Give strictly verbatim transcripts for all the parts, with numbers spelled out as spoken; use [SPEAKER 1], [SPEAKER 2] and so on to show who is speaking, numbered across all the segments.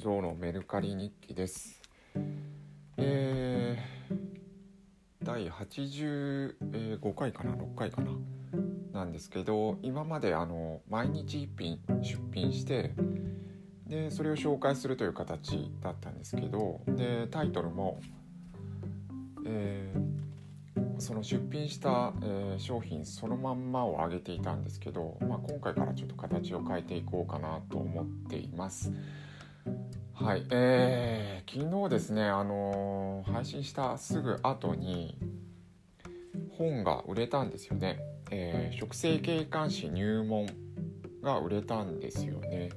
[SPEAKER 1] 今日のメルカリ日記です。えー、だいはちじゅうごかいかなろっかいかななんですけど、今まであの毎日いっぴん出品してでそれを紹介するという形だったんですけど、でタイトルも、えー、その出品した、えー、商品そのまんまを上げていたんですけど、まあ、今回からちょっと形を変えていこうかなと思っています。はい、えー、昨日ですね、あのー、配信したすぐ後に本が売れたんですよね。えー、食生景観誌入門が売れたんですよね。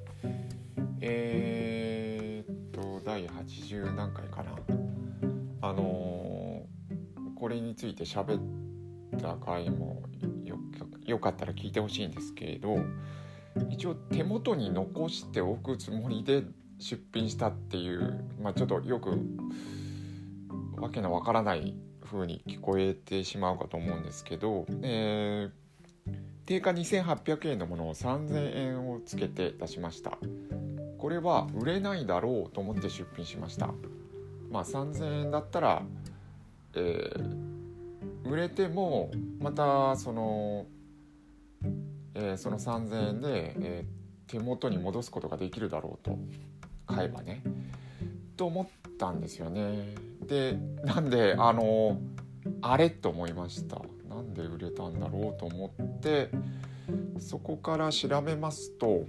[SPEAKER 1] えー、っとだいはちじゅう何回かな。あのー、これについて喋った回も よ, よかったら聞いてほしいんですけれど、一応手元に残しておくつもりで出品したっていう、まあ、ちょっとよくわけのわからない風に聞こえてしまうかと思うんですけど、えー、定価にせんはっぴゃくえんのものをさんぜんえんをつけて出しました。これは売れないだろうと思って出品しました。まあさんぜんえんだったら、えー、売れてもまたその、えー、そのさんぜんえんで、えー、手元に戻すことができるだろうと、買えばねと思ったんですよね。でなんであのあれと思いました。なんで売れたんだろうと思ってそこから調べますと、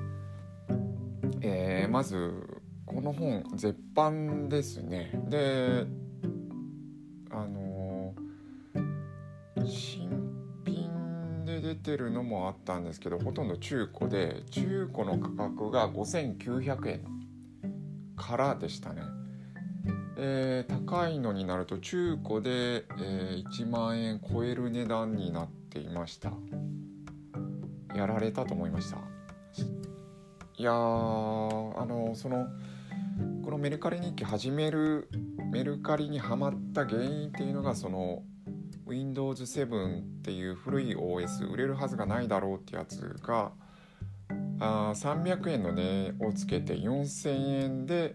[SPEAKER 1] えー、まずこの本絶版ですね。であの新品で出てるのもあったんですけど、ほとんど中古で、中古の価格がごせんきゅうひゃくえんからでしたね。えー、高いのになると中古で、えー、いちまんえん超える値段になっていました。やられたと思いました。いやーあのそのこのメルカリ日記始めるメルカリにハマった原因っていうのが、その ウィンドウズセブン っていう古い オーエス 売れるはずがないだろうってやつがあさんびゃくえんの値をつけてよんせんえんで、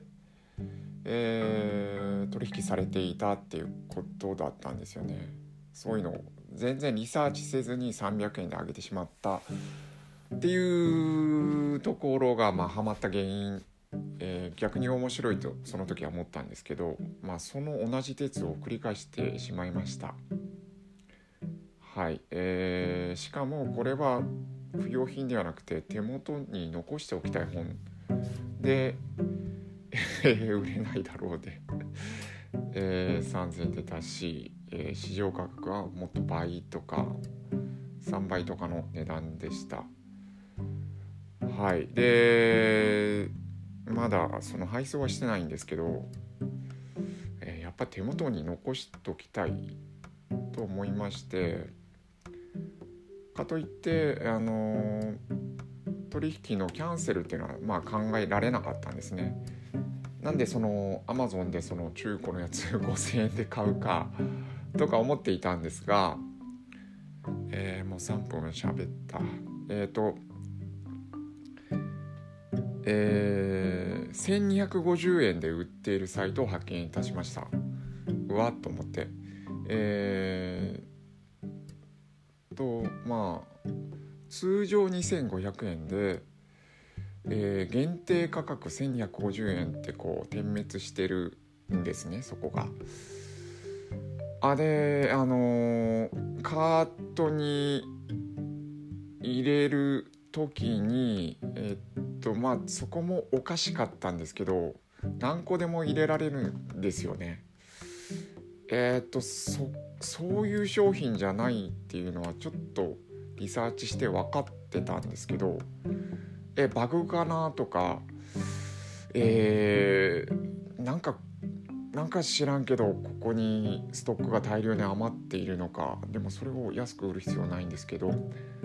[SPEAKER 1] えー、取引されていたっていうことだったんですよね。そういうのを全然リサーチせずにさんびゃくえんで上げてしまったっていうところが、まあ、ハマった原因、えー、逆に面白いとその時は思ったんですけど、まあ、その同じ鉄を繰り返してしまいました。はい、えー、しかもこれは不要品ではなくて手元に残しておきたい本で売れないだろうで、えー、さんぜんえんで出し、えー、市場価格はもっと倍とかさんばいとかの値段でした。はい。でまだその配送はしてないんですけど、えー、やっぱ手元に残しときたいと思いまして、かといってあのー、取引のキャンセルっていうのはまあ考えられなかったんですね。なんでその Amazon でその中古のやつごせんえんで買うかとか思っていたんですが、えー、もうさんぷん喋った。えっとえー、せんにひゃくごじゅうえんで売っているサイトを発見いたしました。うわっと思って、えー、とまあ通常にせんごひゃくえんで、えー、限定価格せんにひゃくごじゅうえんってこう点滅してるんですね、そこが。あれあのー、カートに入れる時にえー、っとまあそこもおかしかったんですけど、何個でも入れられるんですよね。えー、っと そ, そういう商品じゃないっていうのはちょっとリサーチして分かってたんですけど、えバグかなとか、えー、なんかなんか知らんけどここにストックが大量に余っているのか、でもそれを安く売る必要はないんですけど、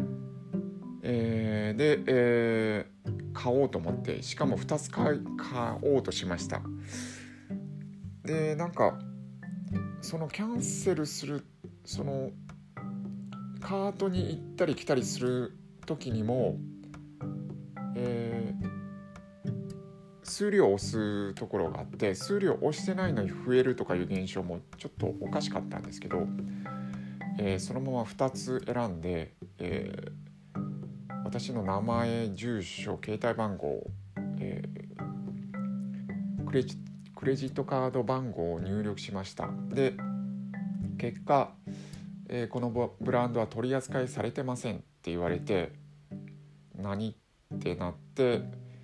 [SPEAKER 1] えー、で、えー、買おうと思って、しかもふたつ買おうとしました。でなんかそのキャンセルするそのカートに行ったり来たりする時にも、えー、 数量を押すところがあって、数量押してないのに増えるとかいう現象もちょっとおかしかったんですけど、えー、そのままふたつ選んで、えー、私の名前、住所、携帯番号、えー、クレジ、クレジットカード番号を入力しました。で、結果、えー、このブランドは取り扱いされてませんって言われて、何ってなって、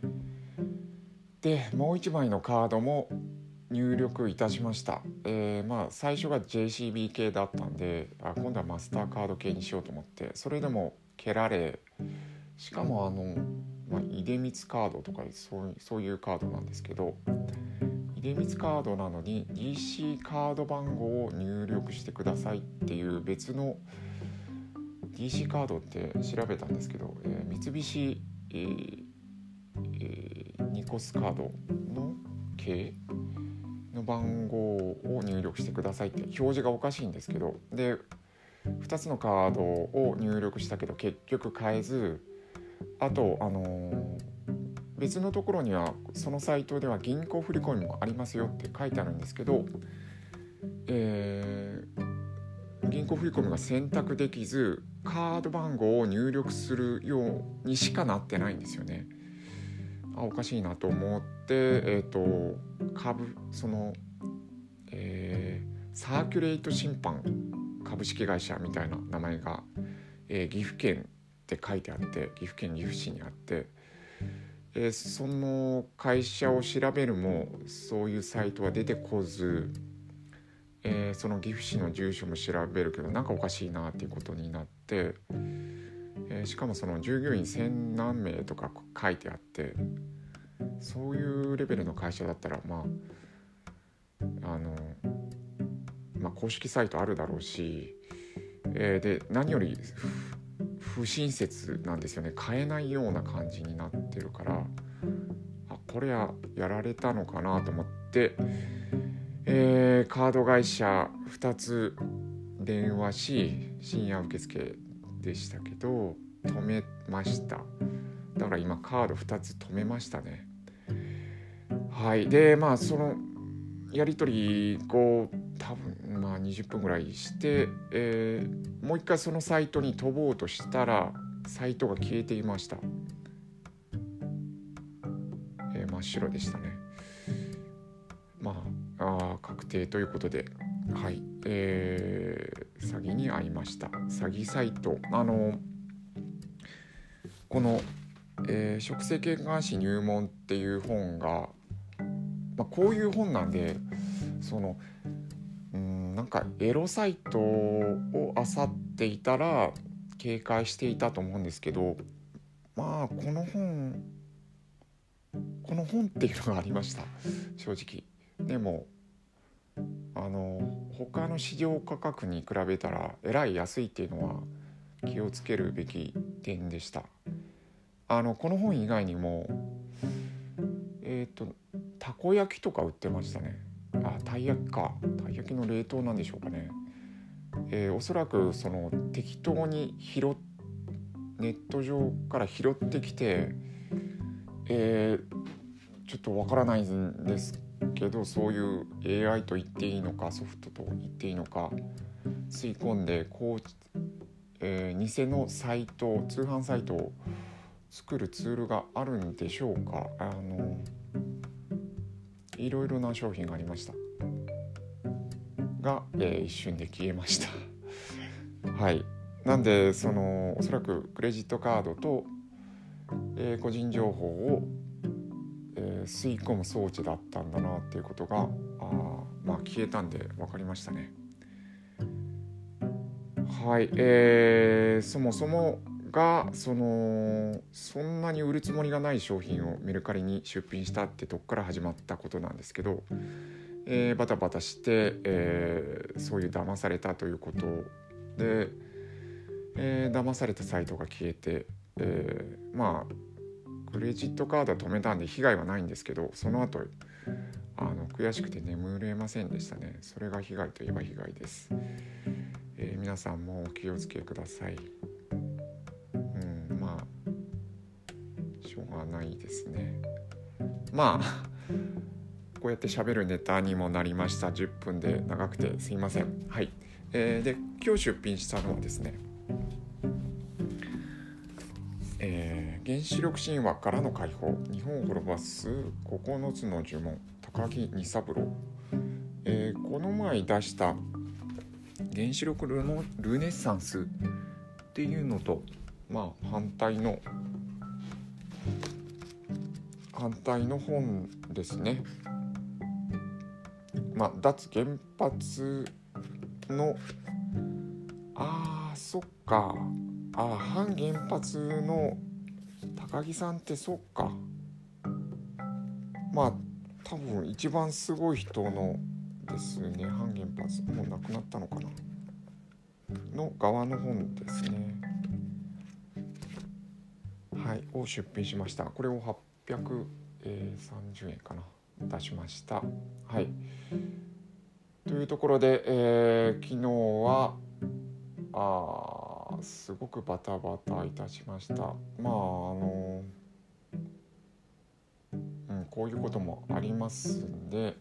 [SPEAKER 1] でもういちまいのカードも入力いたしました。えー、まあ最初が ジェーシービー 系だったんで、あ今度はマスターカード系にしようと思って、それでも蹴られ、しかもあの、まあ、出光カードとかそう、そういうカードなんですけど、出光カードなのに ディーシー カード番号を入力してくださいっていう別の ディーシー カードって調べたんですけど、えー、三菱、えーえー、ニコスカードの系の番号を入力してくださいって表示がおかしいんですけど、でふたつのカードを入力したけど結局変えず、あとあのー、別のところにはそのサイトでは銀行振込もありますよって書いてあるんですけど、えー、銀行振込が選択できずカード番号を入力するようにしかなってないんですよね。あおかしいなと思って、えーと、株その、えー、サーキュレート審判株式会社みたいな名前が、えー、岐阜県って書いてあって、岐阜県岐阜市にあって、えー、その会社を調べるもそういうサイトは出てこず、えー、その岐阜市の住所も調べるけどなんかおかしいなっていうことになって、えー、しかもその従業員千何名とか書いてあって、そういうレベルの会社だったらまああの、まあ、公式サイトあるだろうし、えー、で何より不親切なんですよね。買えないような感じになってるから、あこれはやられたのかなと思って、えー、カード会社ふたつ電話し深夜受付でしたけど止めました。だから今カードふたつ止めましたね。はい。でまあそのやり取りこう多分まあにじゅっぷんぐらいして、えー、もう一回そのサイトに飛ぼうとしたらサイトが消えていました。えー、真っ白でしたね。まあ、あ確定ということで、はい、えー、詐欺に遭いました。詐欺サイト、あのこの、えー、食生健監視入門っていう本が、まあ、こういう本なんで、そのうんなんかエロサイトを漁っていたら警戒していたと思うんですけど、まあこの本この本っていうのがありました、正直。でもあの他の市場価格に比べたらえらい安いっていうのは気をつけるべき点でした。あのこの本以外にもえっとたこ焼きとか売ってましたね。あたい焼きかたい焼きの冷凍なんでしょうかね。えー、おそらくその適当に拾っネット上から拾ってきて、えー、ちょっとわからないんですけど、そういう エーアイ と言っていいのかソフトと言っていいのか吸い込んでこう、えー、偽のサイト通販サイトを作るツールがあるんでしょうか。あのいろいろな商品がありましたが、えー、一瞬で消えましたはい。なんでそのおそらくクレジットカードと、えー、個人情報を、えー、吸い込む装置だったんだなっていうことがあまあ消えたんで分かりましたね。はい、えー、そもそもがそのそんなに売るつもりがない商品をメルカリに出品したってとこから始まったことなんですけど、えー、バタバタして、えー、そういう騙されたということで、えー、騙されたサイトが消えて、えー、まあクレジットカードは止めたんで被害はないんですけど、その後あの悔しくて眠れませんでしたね。それが被害といえば被害です。えー、皆さんもお気をつけください。うんまあしょうがないですね。 まあこうやって喋るネタにもなりました。じゅっぷんで長くてすいません。はい、えー、で今日出品したのはですね、えー、原子力神話からの解放、日本を滅ぼすここのつの呪文、高木仁三郎、えー、この前出した原子力のルネッサンスっていうのと、まあ反対の反対の本ですね。まあ脱原発のあーそっかあ反原発の高木さんってそっかまあ多分一番すごい人のですね、反原発もうなくなったのかなの側の本ですね。はい、を出品しました。これをはっぴゃくさんじゅうえんかな出しました。はい、というところで、えー、昨日はあすごくバタバタいたしました。まああの、うん、こういうこともありますんで、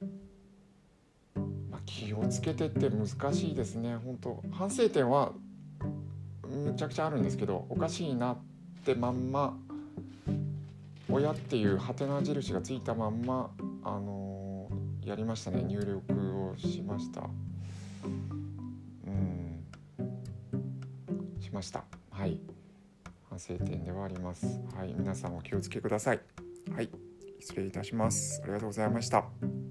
[SPEAKER 1] まあ、気をつけてって難しいですね。本当反省点はむちゃくちゃあるんですけど、おかしいなってまんま親っていうハテナ印がついたまんま、あのー、やりましたね。入力をしました。うんしました。はい、反省点ではあります。はい、皆さんお気をつけください。はい、失礼いたします。ありがとうございました。